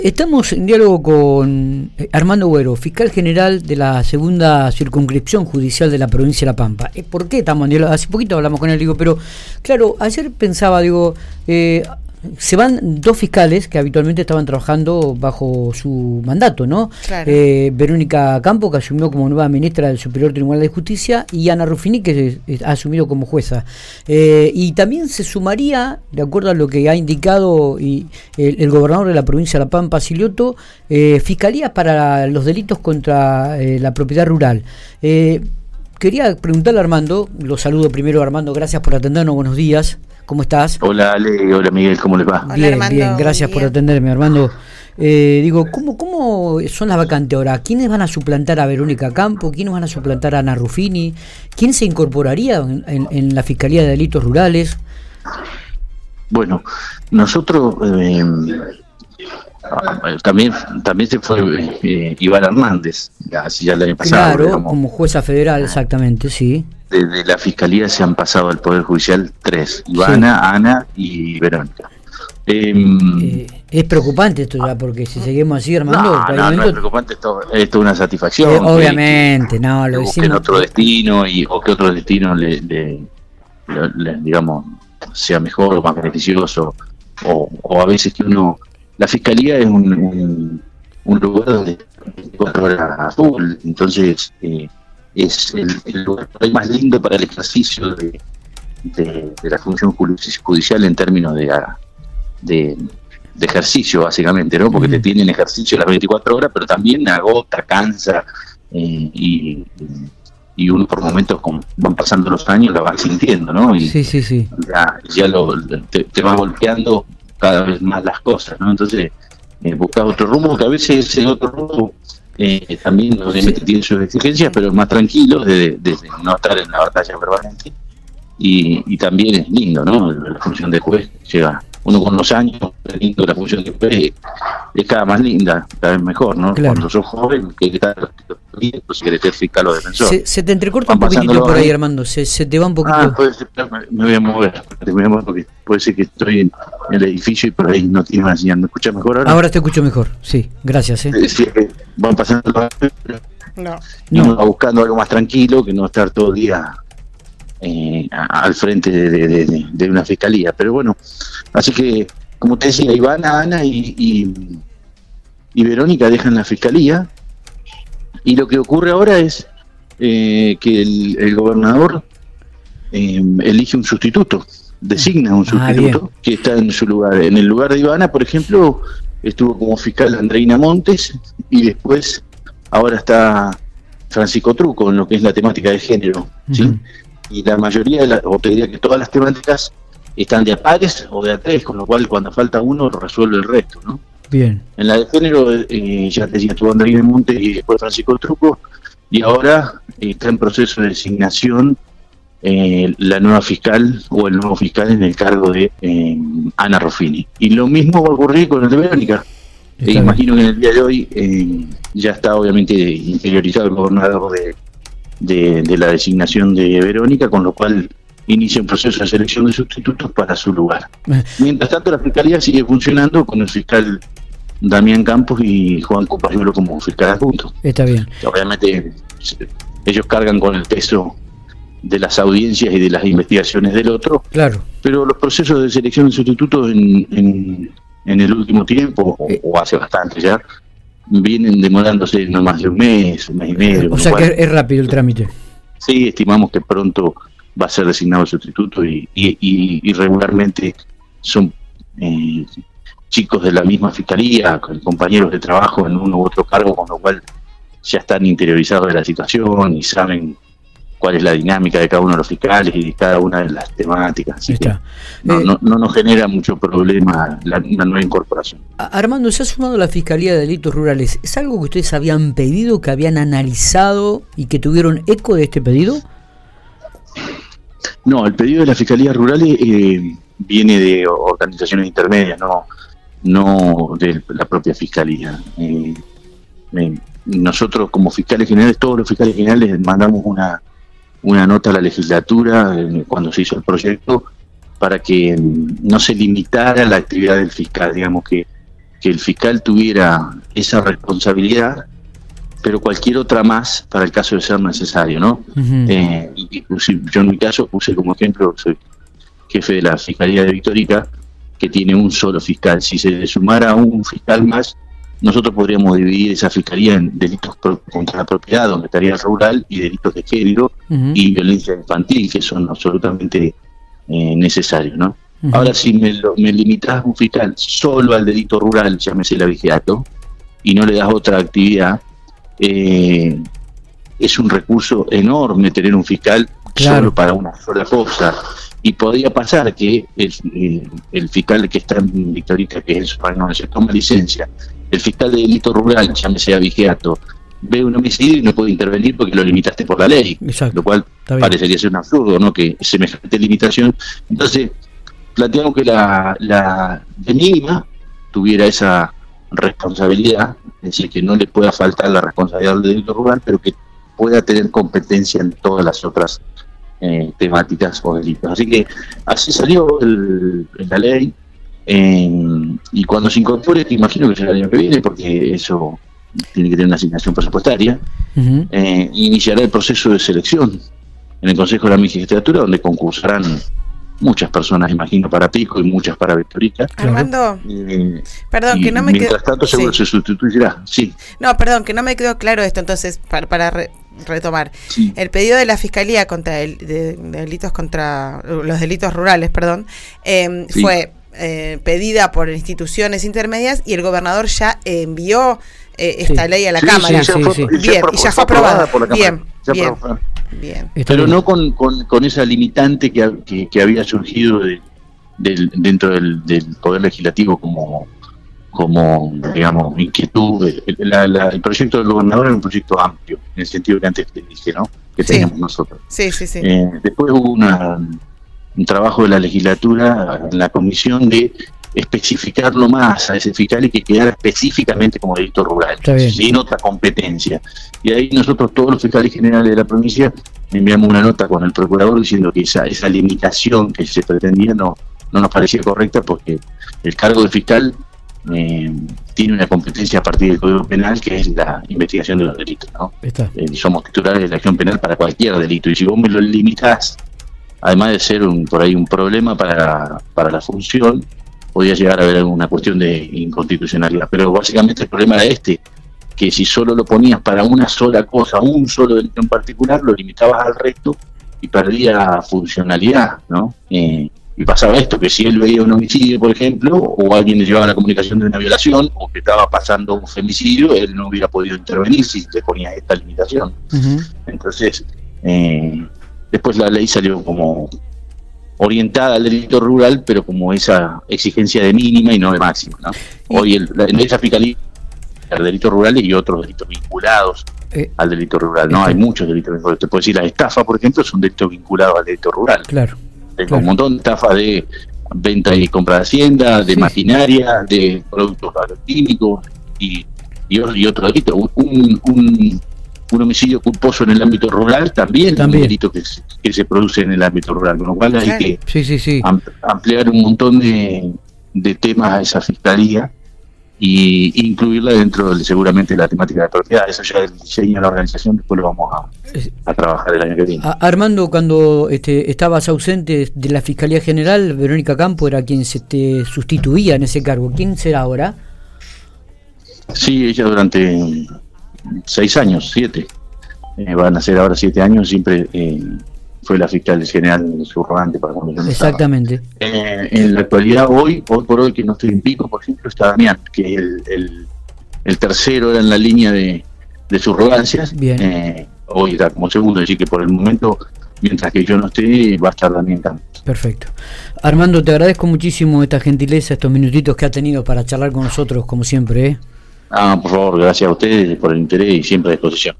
Estamos en diálogo con Armando Güero, fiscal general de la segunda circunscripción judicial de la provincia de La Pampa. ¿Por qué estamos en diálogo? Hace poquito hablamos con él, pero claro, ayer pensaba, se van dos fiscales que habitualmente estaban trabajando bajo su mandato, ¿no? Claro. Verónica Campo, que asumió como nueva ministra del Superior Tribunal de Justicia, y Ana Ruffini, que ha asumido como jueza. Y también se sumaría, de acuerdo a lo que ha indicado el gobernador de la provincia de La Pampa, Silioto, fiscalías para los delitos contra la propiedad rural. Quería preguntarle a Armando, lo saludo primero, Armando, gracias por atendernos, buenos días. ¿Cómo estás? Hola Ale, hola Miguel, ¿cómo les va? Hola, Bien, Armando, bien, gracias por atenderme, Armando. ¿Cómo son las vacantes ahora? ¿Quiénes van a suplantar a Verónica Campo? ¿Quiénes van a suplantar a Ana Ruffini? ¿Quién se incorporaría en la Fiscalía de Delitos Rurales? Bueno, nosotros también se fue Iván Hernández, así ya el año pasado. Claro, digamos, como jueza federal, exactamente, sí. de la Fiscalía se han pasado al Poder Judicial 3, Ivana, sí. Ana y Verónica. Es preocupante esto ya, porque si seguimos así, Armando... No es preocupante, esto es una satisfacción. Obviamente, no, lo decimos. Que otro destino, o que otro destino le digamos, sea mejor o más beneficioso, o a veces que uno... La Fiscalía es un lugar donde 24 horas azul, entonces es el lugar más lindo para el ejercicio de la función judicial en términos de ejercicio, básicamente, ¿no? Porque te tienen ejercicio las 24 horas, pero también agota, cansa, y uno por momentos, como van pasando los años, lo va sintiendo, ¿no? Y sí. ya te va golpeando cada vez más las cosas, ¿no? Entonces, buscar otro rumbo, que a veces ese otro rumbo también obviamente tiene sus exigencias, pero más tranquilo, de no estar en la batalla permanente, y también es lindo, ¿no? La función de juez llega, uno con los años, es lindo, la función de juez es cada más linda, cada vez mejor, ¿no? Claro. Cuando sos joven, que estar bien, pues si querés ser fiscal o defensor. Se te entrecorta un poquitito por ahí, Armando, se te va un poquito. Me voy a mover porque puede ser que estoy en el edificio y por ahí no tiene una señal. ¿Me escuchas mejor ahora? Ahora te escucho mejor, sí, gracias. Decía que van pasando los años, uno va buscando algo más tranquilo, que no estar todo el día al frente de una fiscalía. Pero bueno, así que, como te decía, Ivana, Ana y Verónica dejan la fiscalía, y lo que ocurre ahora es que el gobernador elige un sustituto, designa un sustituto que está en su lugar. En el lugar de Ivana, por ejemplo, estuvo como fiscal Andreina Montes, y después ahora está Francisco Truco en lo que es la temática de género, ¿sí? Uh-huh. Y la mayoría, o te diría que todas las temáticas están de a pares o de a tres, con lo cual cuando falta uno resuelve el resto, ¿no? Bien. En la de género, ya te decía, estuvo Andreina Montes y después Francisco Truco, y ahora está en proceso de designación la nueva fiscal o el nuevo fiscal en el cargo de Ana Ruffini. Y lo mismo va a ocurrir con el de Verónica. Imagino que en el día de hoy ya está obviamente interiorizado el gobernador de la designación de Verónica, con lo cual inicia un proceso de selección de sustitutos para su lugar. Mientras tanto, la fiscalía sigue funcionando con el fiscal Damián Campos y Juan Copayuelo como fiscal adjunto. Está bien. Obviamente ellos cargan con el peso de las audiencias y de las investigaciones del otro. Claro. Pero los procesos de selección de sustitutos en el último tiempo, o hace bastante ya, vienen demorándose no más de un mes y medio. O sea que es rápido el trámite. Sí, estimamos que pronto va a ser designado el sustituto, y regularmente son chicos de la misma fiscalía, compañeros de trabajo en uno u otro cargo, con lo cual ya están interiorizados de la situación y saben cuál es la dinámica de cada uno de los fiscales y de cada una de las temáticas. Así que no nos genera mucho problema la nueva incorporación. Armando, se ha sumado la Fiscalía de Delitos Rurales. ¿Es algo que ustedes habían pedido, que habían analizado y que tuvieron eco de este pedido? No, el pedido de las Fiscalías Rurales viene de organizaciones intermedias, no de la propia Fiscalía. Nosotros como fiscales generales, todos los fiscales generales mandamos una nota a la legislatura cuando se hizo el proyecto, para que no se limitara la actividad del fiscal, digamos que que el fiscal tuviera esa responsabilidad, pero cualquier otra más para el caso de ser necesario, ¿no? Yo en mi caso puse como ejemplo, soy jefe de la Fiscalía de Victorica, que tiene un solo fiscal. Si se le sumara un fiscal más, nosotros podríamos dividir esa fiscalía en delitos contra la propiedad, donde estaría el rural, y delitos de género y violencia infantil, que son absolutamente necesarios, ¿no? Ahora, si me limitas un fiscal solo al delito rural, llámese el abigeato, y no le das otra actividad, es un recurso enorme tener un fiscal solo para una sola cosa. Y podría pasar que el fiscal que está en Victorica, que es el Supremo, se toma licencia, el fiscal de delito rural, llámese abigeato, ve un homicidio y no puede intervenir porque lo limitaste por la ley. Exacto. Lo cual parecería ser un absurdo, ¿no? Que semejante limitación. Entonces, planteamos que la de mínima tuviera esa responsabilidad, es decir, que no le pueda faltar la responsabilidad del delito rural, pero que pueda tener competencia en todas las otras temáticas o delitos. Así que así salió la ley, y cuando se incorpore, que imagino que será el año que viene, porque eso tiene que tener una asignación presupuestaria, iniciará el proceso de selección en el Consejo de la Magistratura, donde concursarán muchas personas, imagino, para Pico y muchas para Victorica. Armando, perdón, que no me quedó... Mientras tanto seguro se sustituirá, sí. No, perdón, que no me quedó claro esto, entonces, para retomar. Sí. El pedido de la Fiscalía contra delitos contra los delitos rurales, sí, fue pedida por instituciones intermedias, y el gobernador ya envió esta ley a la Cámara. Bien, y ya fue aprobada por la Cámara. Bien. Pero no con esa limitante que había surgido dentro del Poder Legislativo como digamos, inquietud. El proyecto del gobernador era un proyecto amplio, en el sentido que antes te dije, ¿no? Que teníamos nosotros. Sí. Después hubo un trabajo de la legislatura en la comisión de especificarlo más a ese fiscal y que quedara específicamente como delito rural, sin otra competencia. Y ahí nosotros, todos los fiscales generales de la provincia, enviamos una nota con el procurador diciendo que esa limitación que se pretendía no nos parecía correcta, porque el cargo de fiscal tiene una competencia a partir del Código Penal, que es la investigación de los delitos, ¿no? Somos titulares de la acción penal para cualquier delito, y si vos me lo limitás, además de ser por ahí un problema para la función, podía llegar a haber alguna cuestión de inconstitucionalidad. Pero básicamente el problema era que si solo lo ponías para una sola cosa, un solo delito en particular, lo limitabas al resto y perdía funcionalidad, ¿no? Y pasaba esto, que si él veía un homicidio, por ejemplo, o alguien le llevaba la comunicación de una violación, o que estaba pasando un femicidio, él no hubiera podido intervenir si le ponía esta limitación. Entonces, después la ley salió como orientada al delito rural, pero como esa exigencia de mínima y no de máxima, ¿no? Hoy en esa fiscalía hay delitos rurales y otros delitos vinculados al delito rural, ¿no? Hay muchos delitos vinculados. Te puedo decir, la estafa, por ejemplo, es un delito vinculado al delito rural. Claro. Tengo un montón de estafas de venta y compra de hacienda, de maquinaria, de productos agroquímicos y otro delito. Un homicidio culposo en el ámbito rural también. Es un delito que se produce en el ámbito rural, con lo cual hay que ampliar un montón de temas a esa fiscalía y incluirla dentro seguramente de la temática de propiedad. Eso ya el diseño de la organización, después lo vamos a trabajar el año que viene. Armando, cuando estabas ausente de la Fiscalía General, Verónica Campo era quien se te sustituía en ese cargo. ¿Quién será ahora? Sí, ella durante 6 años, 7, van a ser ahora 7 años, siempre fue la fiscal general subrogante para cuando yo no Exactamente. En la actualidad, hoy por hoy, que no estoy en Pico, por ejemplo, está Damián, que el tercero era en la línea de subrogancias. Hoy está como segundo, es decir que por el momento, mientras que yo no esté, va a estar Damián Campos. Perfecto. Armando, te agradezco muchísimo esta gentileza, estos minutitos que ha tenido para charlar con nosotros, como siempre, por favor, gracias a ustedes por el interés y siempre a disposición.